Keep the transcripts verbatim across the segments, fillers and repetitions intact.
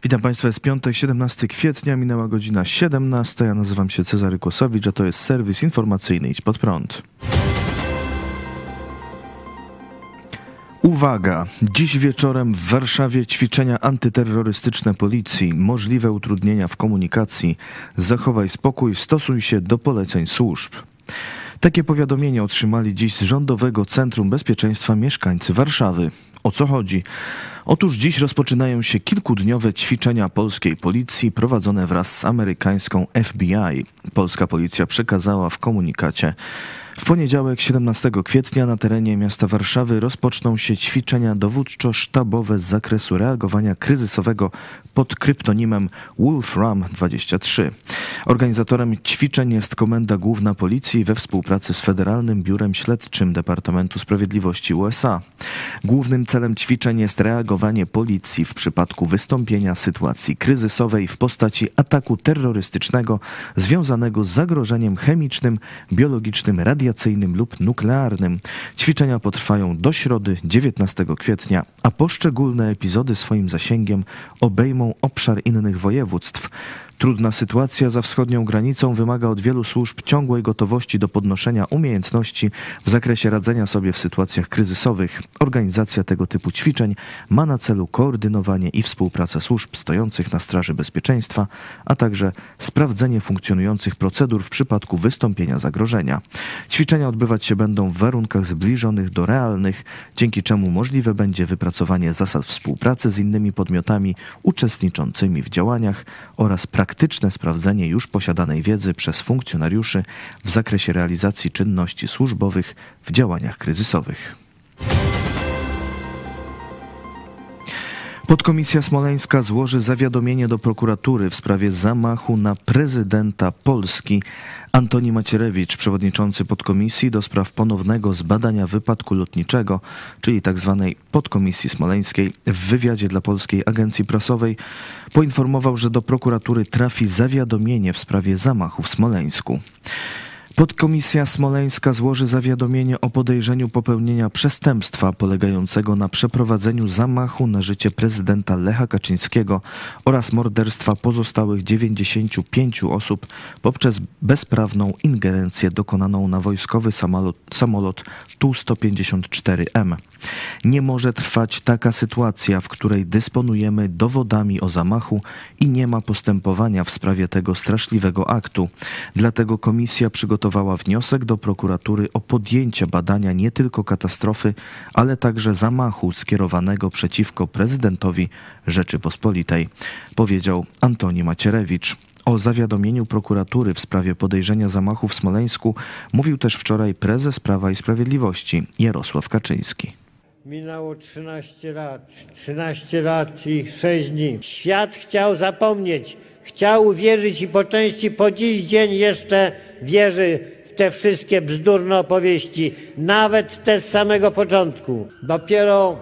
Witam Państwa, jest piątek, siedemnastego kwietnia, minęła godzina siedemnasta. Ja nazywam się Cezary Kłosowicz, a to jest serwis informacyjny Idź Pod Prąd. Uwaga! Dziś wieczorem w Warszawie ćwiczenia antyterrorystyczne policji, możliwe utrudnienia w komunikacji. Zachowaj spokój, stosuj się do poleceń służb. Takie powiadomienie otrzymali dziś z Rządowego Centrum Bezpieczeństwa mieszkańcy Warszawy. O co chodzi? Otóż dziś rozpoczynają się kilkudniowe ćwiczenia polskiej policji prowadzone wraz z amerykańską F B I. Polska policja przekazała w komunikacie: w poniedziałek, siedemnastego kwietnia, na terenie miasta Warszawy rozpoczną się ćwiczenia dowódczo-sztabowe z zakresu reagowania kryzysowego pod kryptonimem Wolfram dwadzieścia trzy. Organizatorem ćwiczeń jest Komenda Główna Policji we współpracy z Federalnym Biurem Śledczym Departamentu Sprawiedliwości U S A. Głównym celem ćwiczeń jest reagowanie policji w przypadku wystąpienia sytuacji kryzysowej w postaci ataku terrorystycznego związanego z zagrożeniem chemicznym, biologicznym, radiacyjnym lub nuklearnym. Ćwiczenia potrwają do środy, dziewiętnastego kwietnia, a poszczególne epizody swoim zasięgiem obejmą obszar innych województw. Trudna sytuacja za wschodnią granicą wymaga od wielu służb ciągłej gotowości do podnoszenia umiejętności w zakresie radzenia sobie w sytuacjach kryzysowych. Organizacja tego typu ćwiczeń ma na celu koordynowanie i współpracę służb stojących na straży bezpieczeństwa, a także sprawdzenie funkcjonujących procedur w przypadku wystąpienia zagrożenia. Ćwiczenia odbywać się będą w warunkach zbliżonych do realnych, dzięki czemu możliwe będzie wypracowanie zasad współpracy z innymi podmiotami uczestniczącymi w działaniach oraz praktyczne sprawdzenie już posiadanej wiedzy przez funkcjonariuszy w zakresie realizacji czynności służbowych w działaniach kryzysowych. Podkomisja smoleńska złoży zawiadomienie do prokuratury w sprawie zamachu na prezydenta Polski. Antoni Macierewicz, przewodniczący podkomisji do spraw ponownego zbadania wypadku lotniczego, czyli tzw. podkomisji smoleńskiej, w wywiadzie dla Polskiej Agencji Prasowej poinformował, że do prokuratury trafi zawiadomienie w sprawie zamachu w Smoleńsku. Podkomisja smoleńska złoży zawiadomienie o podejrzeniu popełnienia przestępstwa polegającego na przeprowadzeniu zamachu na życie prezydenta Lecha Kaczyńskiego oraz morderstwa pozostałych dziewięćdziesięciu pięciu osób poprzez bezprawną ingerencję dokonaną na wojskowy samolot, samolot Tu sto pięćdziesiąt cztery M. Nie może trwać taka sytuacja, w której dysponujemy dowodami o zamachu i nie ma postępowania w sprawie tego straszliwego aktu. Dlatego komisja przygotowała wniosek do prokuratury o podjęcie badania nie tylko katastrofy, ale także zamachu skierowanego przeciwko prezydentowi Rzeczypospolitej, powiedział Antoni Macierewicz. O zawiadomieniu prokuratury w sprawie podejrzenia zamachu w Smoleńsku mówił też wczoraj prezes Prawa i Sprawiedliwości Jarosław Kaczyński. Minęło trzynaście lat, trzynaście lat i sześć dni. Świat chciał zapomnieć, chciał uwierzyć i po części po dziś dzień jeszcze wierzy w te wszystkie bzdurne opowieści, nawet te z samego początku. Dopiero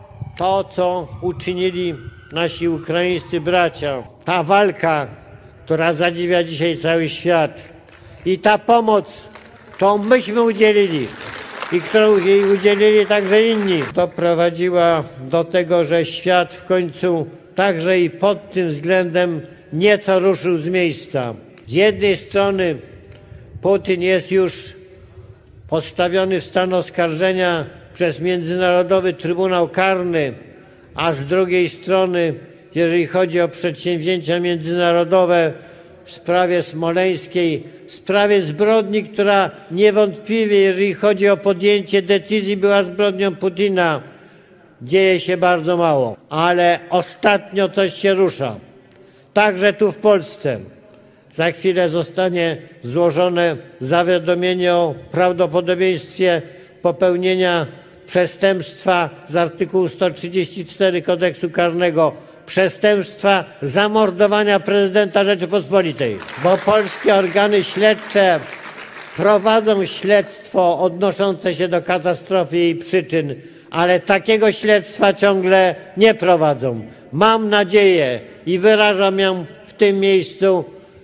to, co uczynili nasi ukraińscy bracia, ta walka, która zadziwia dzisiaj cały świat, i ta pomoc, którą myśmy udzielili i którą jej udzielili także inni, doprowadziła do tego, że świat w końcu także i pod tym względem nieco ruszył z miejsca. Z jednej strony Putin jest już postawiony w stan oskarżenia przez Międzynarodowy Trybunał Karny, a z drugiej strony, jeżeli chodzi o przedsięwzięcia międzynarodowe w sprawie smoleńskiej, w sprawie zbrodni, która niewątpliwie, jeżeli chodzi o podjęcie decyzji, była zbrodnią Putina, dzieje się bardzo mało. Ale ostatnio coś się rusza. Także tu w Polsce. Za chwilę zostanie złożone zawiadomienie o prawdopodobieństwie popełnienia przestępstwa z artykułu sto trzydzieści cztery Kodeksu Karnego, przestępstwa zamordowania prezydenta Rzeczypospolitej. Bo polskie organy śledcze prowadzą śledztwo odnoszące się do katastrofy i jej przyczyn, ale takiego śledztwa ciągle nie prowadzą. Mam nadzieję i wyrażam ją w tym miejscu,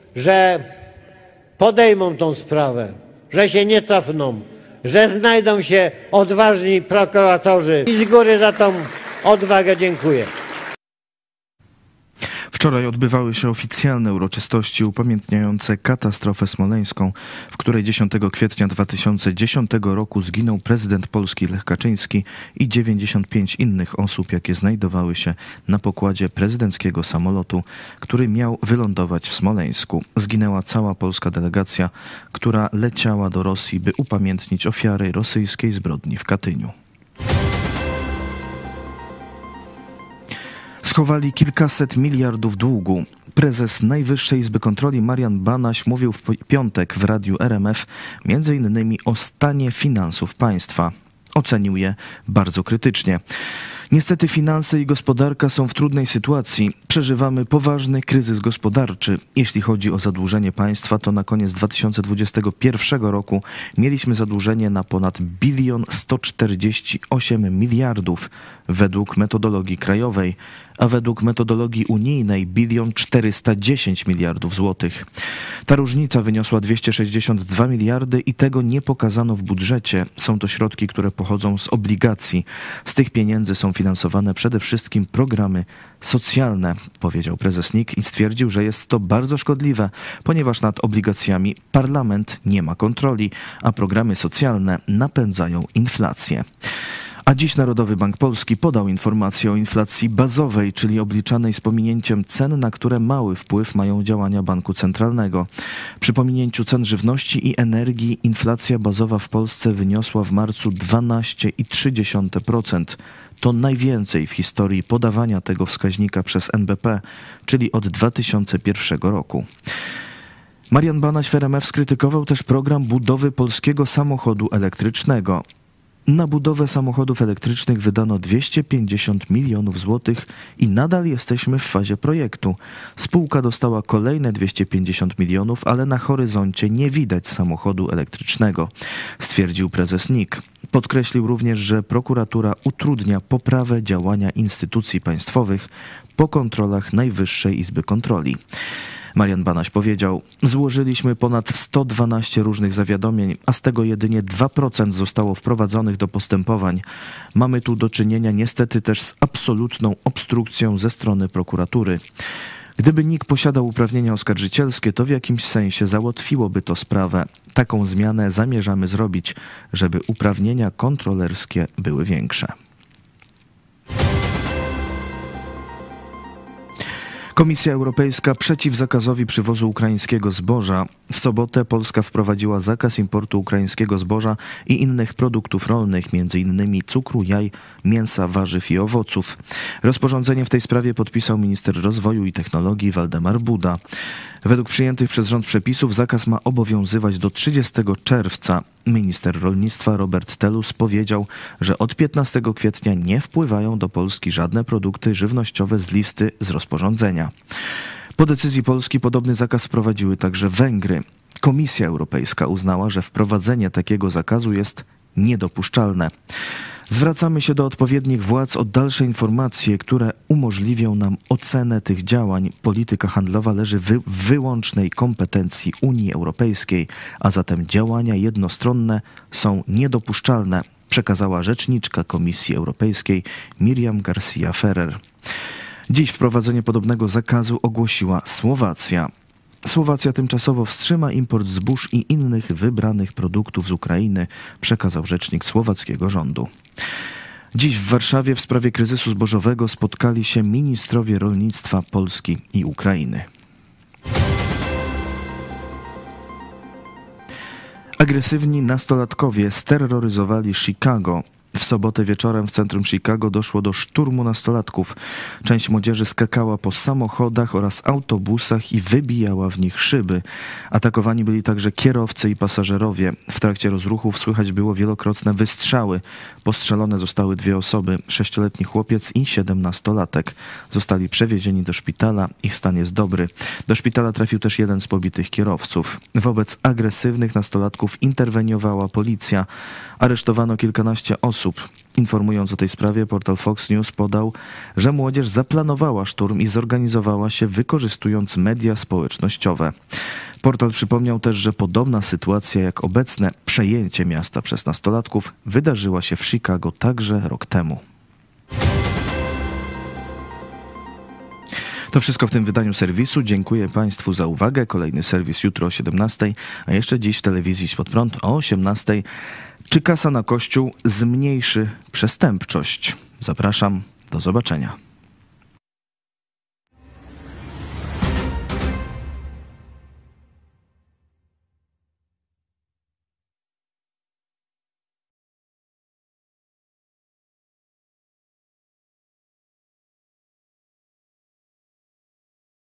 że podejmą tą sprawę, że się nie cofną, że znajdą się odważni prokuratorzy i z góry za tą odwagę dziękuję. Wczoraj odbywały się oficjalne uroczystości upamiętniające katastrofę smoleńską, w której dziesiątego kwietnia dwa tysiące dziesiątego roku zginął prezydent Polski Lech Kaczyński i dziewięćdziesiąt pięć innych osób, jakie znajdowały się na pokładzie prezydenckiego samolotu, który miał wylądować w Smoleńsku. Zginęła cała polska delegacja, która leciała do Rosji, by upamiętnić ofiary rosyjskiej zbrodni w Katyniu. Schowali kilkaset miliardów długu. Prezes Najwyższej Izby Kontroli Marian Banaś mówił w piątek w radiu R M F między innymi o stanie finansów państwa. Ocenił je bardzo krytycznie. Niestety finanse i gospodarka są w trudnej sytuacji. Przeżywamy poważny kryzys gospodarczy. Jeśli chodzi o zadłużenie państwa, to na koniec dwa tysiące dwudziestego pierwszego roku mieliśmy zadłużenie na ponad bilion sto czterdzieści osiem miliardów według metodologii krajowej, a według metodologii unijnej bilion czterysta dziesięć miliardów złotych. Ta różnica wyniosła dwieście sześćdziesiąt dwa miliardy i tego nie pokazano w budżecie. Są to środki, które pochodzą z obligacji. Z tych pieniędzy są finansowane przede wszystkim programy socjalne, powiedział prezes N I K i stwierdził, że jest to bardzo szkodliwe, ponieważ nad obligacjami parlament nie ma kontroli, a programy socjalne napędzają inflację. A dziś Narodowy Bank Polski podał informację o inflacji bazowej, czyli obliczanej z pominięciem cen, na które mały wpływ mają działania banku centralnego. Przy pominięciu cen żywności i energii inflacja bazowa w Polsce wyniosła w marcu dwanaście przecinek trzy procent. To najwięcej w historii podawania tego wskaźnika przez N B P, czyli od dwa tysiące pierwszego roku. Marian Banaś w R M F skrytykował też program budowy polskiego samochodu elektrycznego. Na budowę samochodów elektrycznych wydano dwieście pięćdziesiąt milionów złotych i nadal jesteśmy w fazie projektu. Spółka dostała kolejne dwieście pięćdziesiąt milionów, ale na horyzoncie nie widać samochodu elektrycznego, stwierdził prezes N I K. Podkreślił również, że prokuratura utrudnia poprawę działania instytucji państwowych po kontrolach Najwyższej Izby Kontroli. Marian Banaś powiedział: złożyliśmy ponad sto dwanaście różnych zawiadomień, a z tego jedynie dwa procent zostało wprowadzonych do postępowań. Mamy tu do czynienia niestety też z absolutną obstrukcją ze strony prokuratury. Gdyby N I K posiadał uprawnienia oskarżycielskie, to w jakimś sensie załatwiłoby to sprawę. Taką zmianę zamierzamy zrobić, żeby uprawnienia kontrolerskie były większe. Komisja Europejska przeciw zakazowi przywozu ukraińskiego zboża. W sobotę Polska wprowadziła zakaz importu ukraińskiego zboża i innych produktów rolnych, między innymi cukru, jaj, mięsa, warzyw i owoców. Rozporządzenie w tej sprawie podpisał minister rozwoju i technologii Waldemar Buda. Według przyjętych przez rząd przepisów zakaz ma obowiązywać do trzydziestego czerwca. Minister rolnictwa Robert Telus powiedział, że od piętnastego kwietnia nie wpływają do Polski żadne produkty żywnościowe z listy z rozporządzenia. Po decyzji Polski podobny zakaz wprowadziły także Węgry. Komisja Europejska uznała, że wprowadzenie takiego zakazu jest niedopuszczalne. Zwracamy się do odpowiednich władz o dalsze informacje, które umożliwią nam ocenę tych działań. Polityka handlowa leży wy- w wyłącznej kompetencji Unii Europejskiej, a zatem działania jednostronne są niedopuszczalne, przekazała rzeczniczka Komisji Europejskiej Miriam Garcia Ferrer. Dziś wprowadzenie podobnego zakazu ogłosiła Słowacja. Słowacja tymczasowo wstrzyma import zbóż i innych wybranych produktów z Ukrainy, przekazał rzecznik słowackiego rządu. Dziś w Warszawie w sprawie kryzysu zbożowego spotkali się ministrowie rolnictwa Polski i Ukrainy. Agresywni nastolatkowie sterroryzowali Chicago. W sobotę wieczorem w centrum Chicago doszło do szturmu nastolatków. Część młodzieży skakała po samochodach oraz autobusach i wybijała w nich szyby. Atakowani byli także kierowcy i pasażerowie. W trakcie rozruchów słychać było wielokrotne wystrzały. Postrzelone zostały dwie osoby, sześcioletni chłopiec i siedemnastolatek. Zostali przewiezieni do szpitala, ich stan jest dobry. Do szpitala trafił też jeden z pobitych kierowców. Wobec agresywnych nastolatków interweniowała policja. Aresztowano kilkanaście osób. Informując o tej sprawie, portal Fox News podał, że młodzież zaplanowała szturm i zorganizowała się, wykorzystując media społecznościowe. Portal przypomniał też, że podobna sytuacja jak obecne przejęcie miasta przez nastolatków wydarzyła się w Chicago także rok temu. To wszystko w tym wydaniu serwisu. Dziękuję Państwu za uwagę. Kolejny serwis jutro o siedemnastej, a jeszcze dziś w telewizji Świat Prąd o osiemnastej. Czy kasa na Kościół zmniejszy przestępczość? Zapraszam, do zobaczenia.